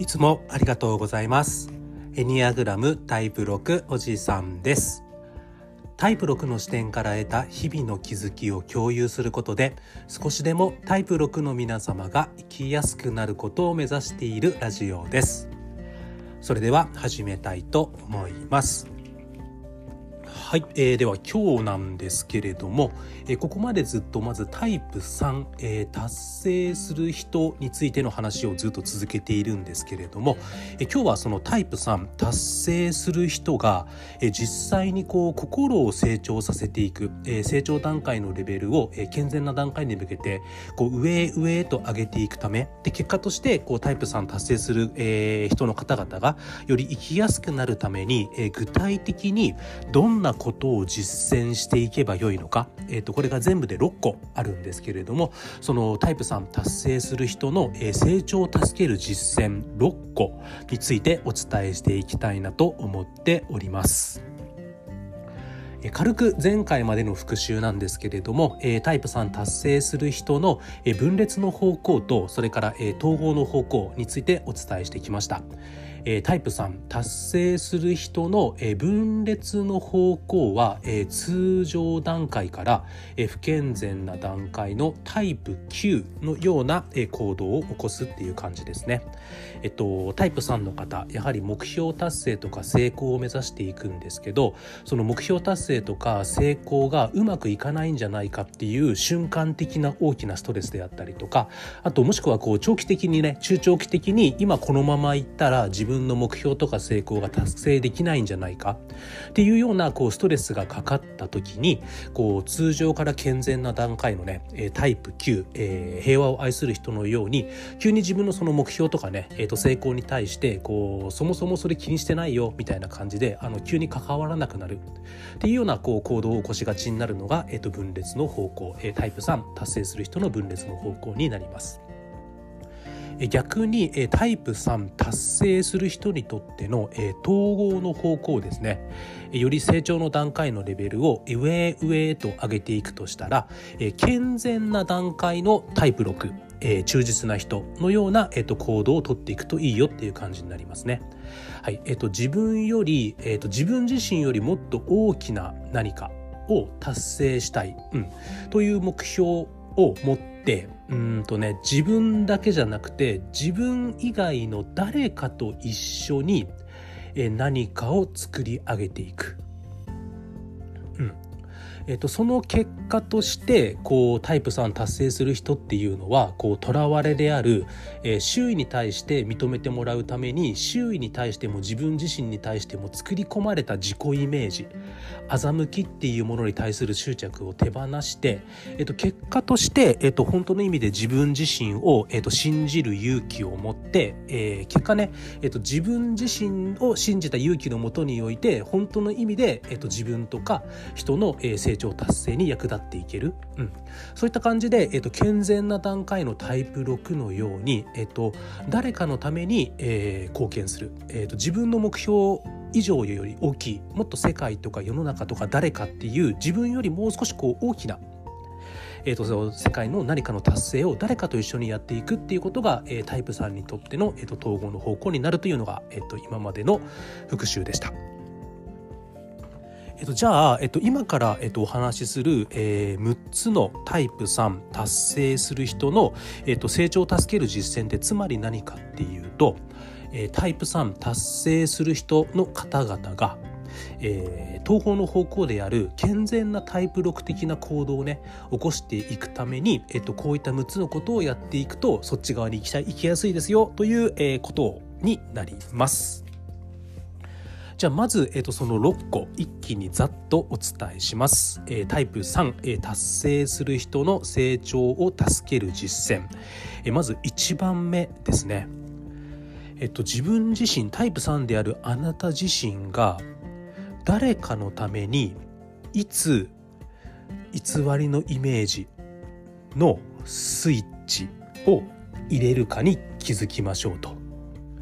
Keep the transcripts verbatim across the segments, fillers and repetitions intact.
いつもありがとうございます。エニアグラムタイプろくおじさんです。タイプろくの視点から得た日々の気づきを共有することで、少しでもタイプろくの皆様が生きやすくなることを目指しているラジオです。それでは始めたいと思います。はい、えー、では今日なんですけれども、えー、ここまでずっとまずタイプさん、えー、達成する人についての話をずっと続けているんですけれども、えー、今日はそのタイプさん達成する人が、えー、実際にこう心を成長させていく、えー、成長段階のレベルを、えー、健全な段階に向けてこう上へ上へと上げていくためで、結果としてこうタイプさん達成する、えー、人の方々がより生きやすくなるために、えー、具体的にどんなことを実践していけばよいのか、えーと、これが全部でろっこあるんですけれども、そのタイプさん達成する人の、えー、成長を助ける実践ろっこについてお伝えしていきたいなと思っております。軽く前回までの復習なんですけれども、タイプさん達成する人の分裂の方向と、それから統合の方向についてお伝えしてきました。タイプさん達成する人の分裂の方向は通常段階から不健全な段階のタイプきゅうのような行動を起こすっていう感じですね。えっと、タイプさんの方、やはり目標達成とか成功を目指していくんですけど、その目標達成とか成功がうまくいかないんじゃないかっていう瞬間的な大きなストレスであったりとか、あともしくはこう長期的にね、中長期的に今このままいったら自分の目標とか成功が達成できないんじゃないかっていうようなこうストレスがかかった時に、こう通常から健全な段階のねタイプきゅう、えー、平和を愛する人のように急に自分のその目標とかね、えー、と成功に対してこうそもそもそれ気にしてないよみたいな感じであの急に関わらなくなるっていうようなこう行動を起こしがちになるのが、えー、と分裂の方向、えー、タイプさん達成する人の分裂の方向になります。逆にタイプさん達成する人にとっての統合の方向ですね、より成長の段階のレベルを上へ上へと上げていくとしたら、健全な段階のタイプろく、忠実な人のような行動をとっていくといいよっていう感じになりますね。はい、えっと、自分より、えっと、自分自身よりもっと大きな何かを達成したい、うん、という目標を持ってでうんとね、自分だけじゃなくて自分以外の誰かと一緒に何かを作り上げていく、うんえー、とその結果としてこうタイプさん達成する人っていうのはこう囚われである、えー、周囲に対して認めてもらうために周囲に対しても自分自身に対しても作り込まれた自己イメージ、欺きっていうものに対する執着を手放して、えー、と結果として、えー、と本当の意味で自分自身を、えー、と信じる勇気を持って、えー、結果ね、えー、と自分自身を信じた勇気のもとにおいて本当の意味で、えー、と自分とか人の、えー、成長達成に役立っていける、うん、そういった感じで、えー、と健全な段階のタイプろくのように、えー、と誰かのために、えー、貢献する、えー、と自分の目標以上より大きい、もっと世界とか世の中とか誰かっていう自分よりもう少しこう大きな、えー、とその世界の何かの達成を誰かと一緒にやっていくっていうことが、えー、タイプさんにとっての、えー、と統合の方向になるというのが、えー、と今までの復習でした。えっと、じゃあ、えっと、今から、えっと、お話しする、えー、むっつのタイプさん達成する人の、えっと、成長を助ける実践ってつまり何かっていうと、えー、タイプさん達成する人の方々が、えー、統合の方向である健全なタイプろく的な行動をね起こしていくために、えっと、こういったむっつのことをやっていくとそっち側に行きたい、行きやすいですよという、えー、ことになります。じゃあまず、えー、とそのろっこ一気にざっとお伝えします。えー、タイプさん、えー、達成する人の成長を助ける実践、えー、まずいちばんめですね。えっと、自分自身タイプさんであるあなた自身が誰かのためにいつ偽りのイメージのスイッチを入れるかに気づきましょうと。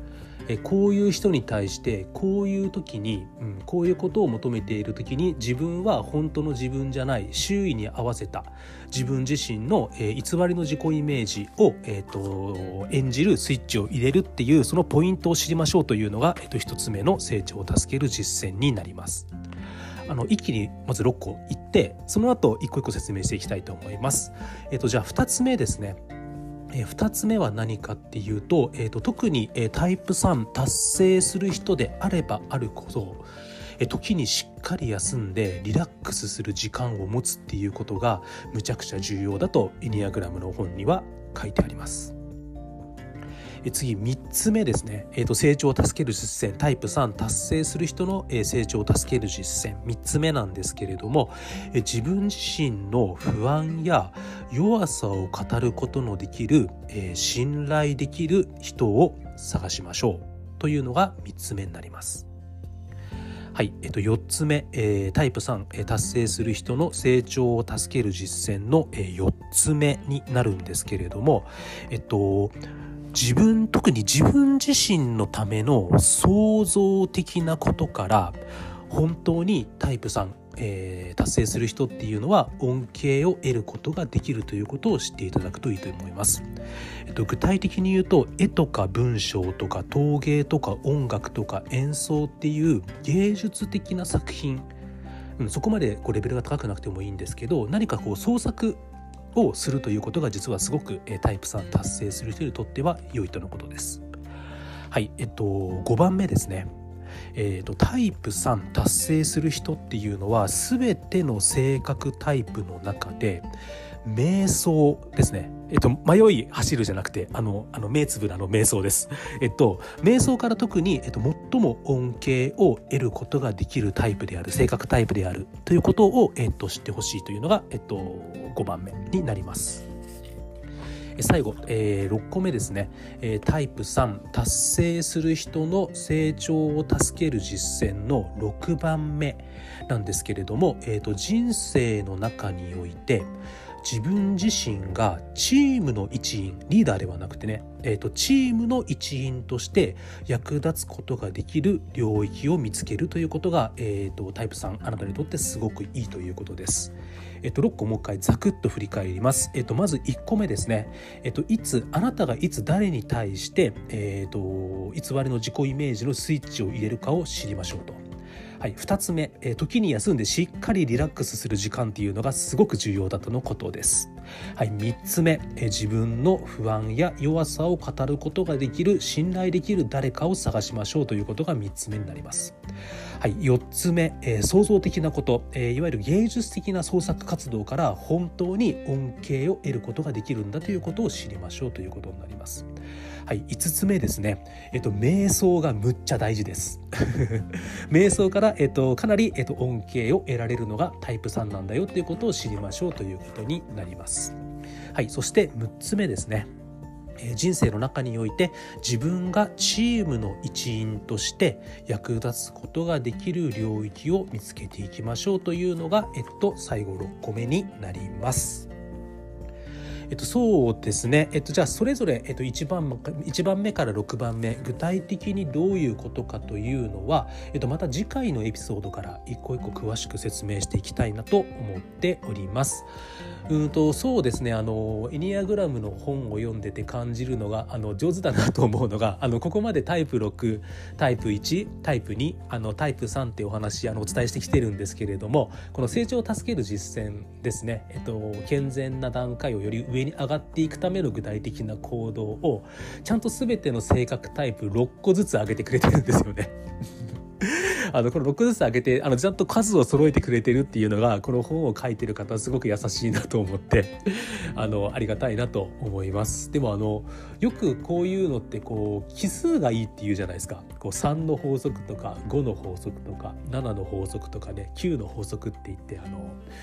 えこういう人に対してこういう時に、うん、こういうことを求めている時に自分は本当の自分じゃない周囲に合わせた自分自身の、えー、偽りの自己イメージを、えー、と演じるスイッチを入れるっていうそのポイントを知りましょうというのが、えー、と一つ目の成長を助ける実践になります。あの一気にまずろっこ言ってその後一個一個説明していきたいと思います。えー、とじゃあふたつめですね。えー、ふたつめは何かっていうと、えー、と特に、えー、タイプさん達成する人であればあるほど、えー、時にしっかり休んでリラックスする時間を持つっていうことがむちゃくちゃ重要だとエニアグラムの本には書いてあります。えー、次みっつめですね、えー、と成長を助ける実践タイプさん達成する人の、えー、成長を助ける実践みっつめなんですけれども、えー、自分自身の不安や弱さを語ることのできる、えー、信頼できる人を探しましょうというのがみっつめになります。はい、えっと、よっつめ、えー、タイプさん、えー、達成する人の成長を助ける実践の、えー、よっつめになるんですけれども、えっと自分特に自分自身のための創造的なことから本当にタイプさん、えー、達成する人っていうのは恩恵を得ることができるということを知っていただくといいと思います。えっと、具体的に言うと絵とか文章とか陶芸とか音楽とか演奏っていう芸術的な作品、うん、そこまでこうレベルが高くなくてもいいんですけど何かこう創作をするということが実はすごくタイプさん達成する人にとっては良いとのことです。はい、えっとごばんめですね。えっとタイプさん達成する人っていうのは全ての性格タイプの中で瞑想ですね。えっと迷い走るじゃなくてあのあの目つぶらの瞑想です。えっと瞑想から特に、えっと、最も恩恵を得ることができるタイプである性格タイプであるということを、えっと、知ってほしいというのが、えっと、ごばんめになります。最後、えー、ろっこめですね、えー、タイプさん達成する人の成長を助ける実践のろくばんめなんですけれども、えーと、人生の中において自分自身がチームの一員リーダーではなくてね、えーと、チームの一員として役立つことができる領域を見つけるということが、えーと、タイプさんあなたにとってすごくいいということです。えっと、ろっこもう一回ざくっと振り返ります。えっと、まずいっこめですね。えっと、いつ、あなたがいつ誰に対して、えっと、偽りの自己イメージのスイッチを入れるかを知りましょうと。はい、ふたつめ、えー、時に休んでしっかりリラックスする時間っていうのがすごく重要だとのことです。はい、みっつめ、えー、自分の不安や弱さを語ることができる信頼できる誰かを探しましょうということがみっつめになります。はい、よっつめ、えー、創造的なこと、えー、いわゆる芸術的な創作活動から本当に恩恵を得ることができるんだということを知りましょうということになります。はい、いつつめですね、えっと、瞑想がむっちゃ大事です瞑想から、えっと、かなり、えっと、恩恵を得られるのがタイプさんなんだよということを知りましょうということになります。はい、そしてむっつめですね、人生の中において自分がチームの一員として役立つことができる領域を見つけていきましょうというのが、えっと、最後ろっこめになります。えっと、そうですね、えっと、じゃあそれぞれ、えっと、いちばん、いちばんめからろくばんめ具体的にどういうことかというのは、えっと、また次回のエピソードから一個一個詳しく説明していきたいなと思っております。うんとそうですね、あのエニアグラムの本を読んでて感じるのがあの上手だなと思うのがあのここまでタイプろく、タイプいち、タイプに、あのタイプさんっていうお話あのお伝えしてきてるんですけれども、この成長を助ける実践ですね、えっと、健全な段階をより上に上がっていくための具体的な行動をちゃんと全ての性格タイプろっこずつ上げてくれてるんですよねあのこのろっこずつ上げてあのちゃんと数を揃えてくれてるっていうのがこの本を書いてる方はすごく優しいなと思ってあのありがたいなと思います。でもあのよくこういうのってこう奇数がいいっていうじゃないですか。こうさんの法則とかごの法則とかななの法則とかねきゅうの法則って言ってあの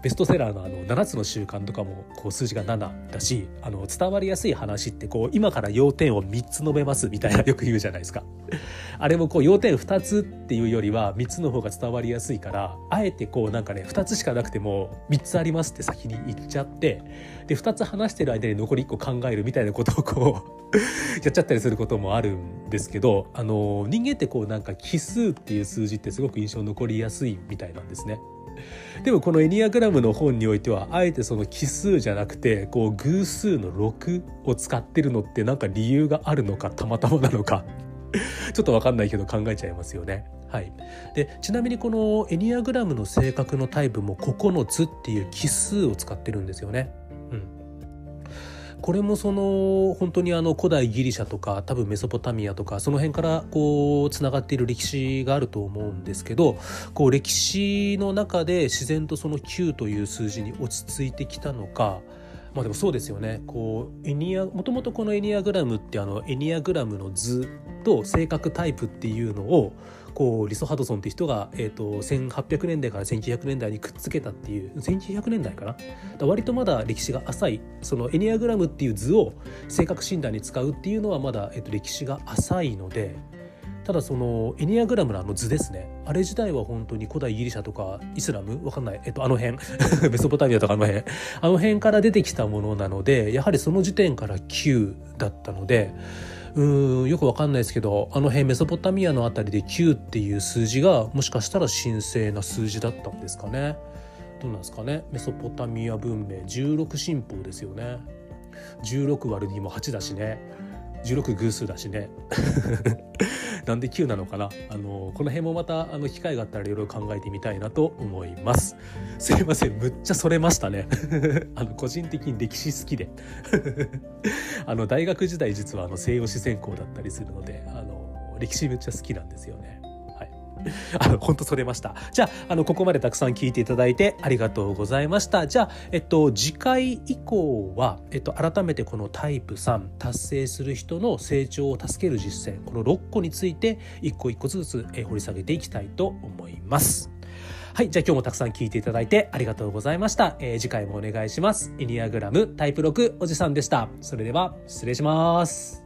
ベストセラーのあのななつの習慣とかもこう数字がななだし、あの伝わりやすい話ってこう今から要点をみっつ述べますみたいなよく言うじゃないですか。あれもこう要点ふたつっていうよりはみっつの方が伝わりやすいから、あえてこうなんかねふたつしかなくてもみっつありますって先に言っちゃって、でふたつ話してる間に残りいっこ考えるみたいなことをこうやっちゃったりすることもあるんですけど、あの人間ってこうなんか奇数っていう数字ってすごく印象残りやすいみたいなんですね。でもこのエニアグラムの本においてはあえてその奇数じゃなくてこう偶数のろくを使ってるのってなんか理由があるのかたまたまなのかちょっと分かんないけど考えちゃいますよね。はい、でちなみにこのエニアグラムの性格のタイプもここのつっていう奇数を使ってるんですよね。うん、これもその本当にあの古代ギリシャとか多分メソポタミアとかその辺からこうつながっている歴史があると思うんですけど、こう歴史の中で自然とそのきゅうという数字に落ち着いてきたのか、まあでもそうですよね。こうエニアもともとこのエニアグラムってあのエニアグラムの図と性格タイプっていうのをこうリソ・ハドソンって人が、えー、とせんはっぴゃくねんだいからせんきゅうひゃくねんだいにくっつけたっていうせんきゅうひゃくねんだいかな。だ割とまだ歴史が浅い、そのエニアグラムっていう図を性格診断に使うっていうのはまだ、えー、と歴史が浅いので、ただそのエニアグラムのあの図ですね、あれ自体は本当に古代ギリシャとかイスラムわかんない、えっとあの辺メソポタミアとかあの辺あの辺から出てきたものなので、やはりその時点からきゅうだったので、うーんよくわかんないですけど、あの辺メソポタミアのあたりできゅうっていう数字がもしかしたら神聖な数字だったんですかね。どうなんですかね。メソポタミア文明じゅうろく神宝ですよね。じゅうろく割るにもはちだしね、じゅうろく偶数だしねなんできゅうなのかな。あのこの辺もまたあの機会があったらいろいろ考えてみたいなと思います。すいません、むっちゃそれましたねあの個人的に歴史好きであの大学時代実はあの西洋史専攻だったりするので、あの歴史めっちゃ好きなんですよね。あの本当それました。じゃあ、あのここまでたくさん聞いていただいてありがとうございました。じゃあ、えっと、次回以降は、えっと、改めてこのタイプさん達成する人の成長を助ける実践、このろっこについて一個一個ずつ掘り下げていきたいと思います。はい、じゃあ今日もたくさん聞いていただいてありがとうございました。えー、次回もお願いします。エニアグラムタイプろくおじさんでした。それでは失礼します。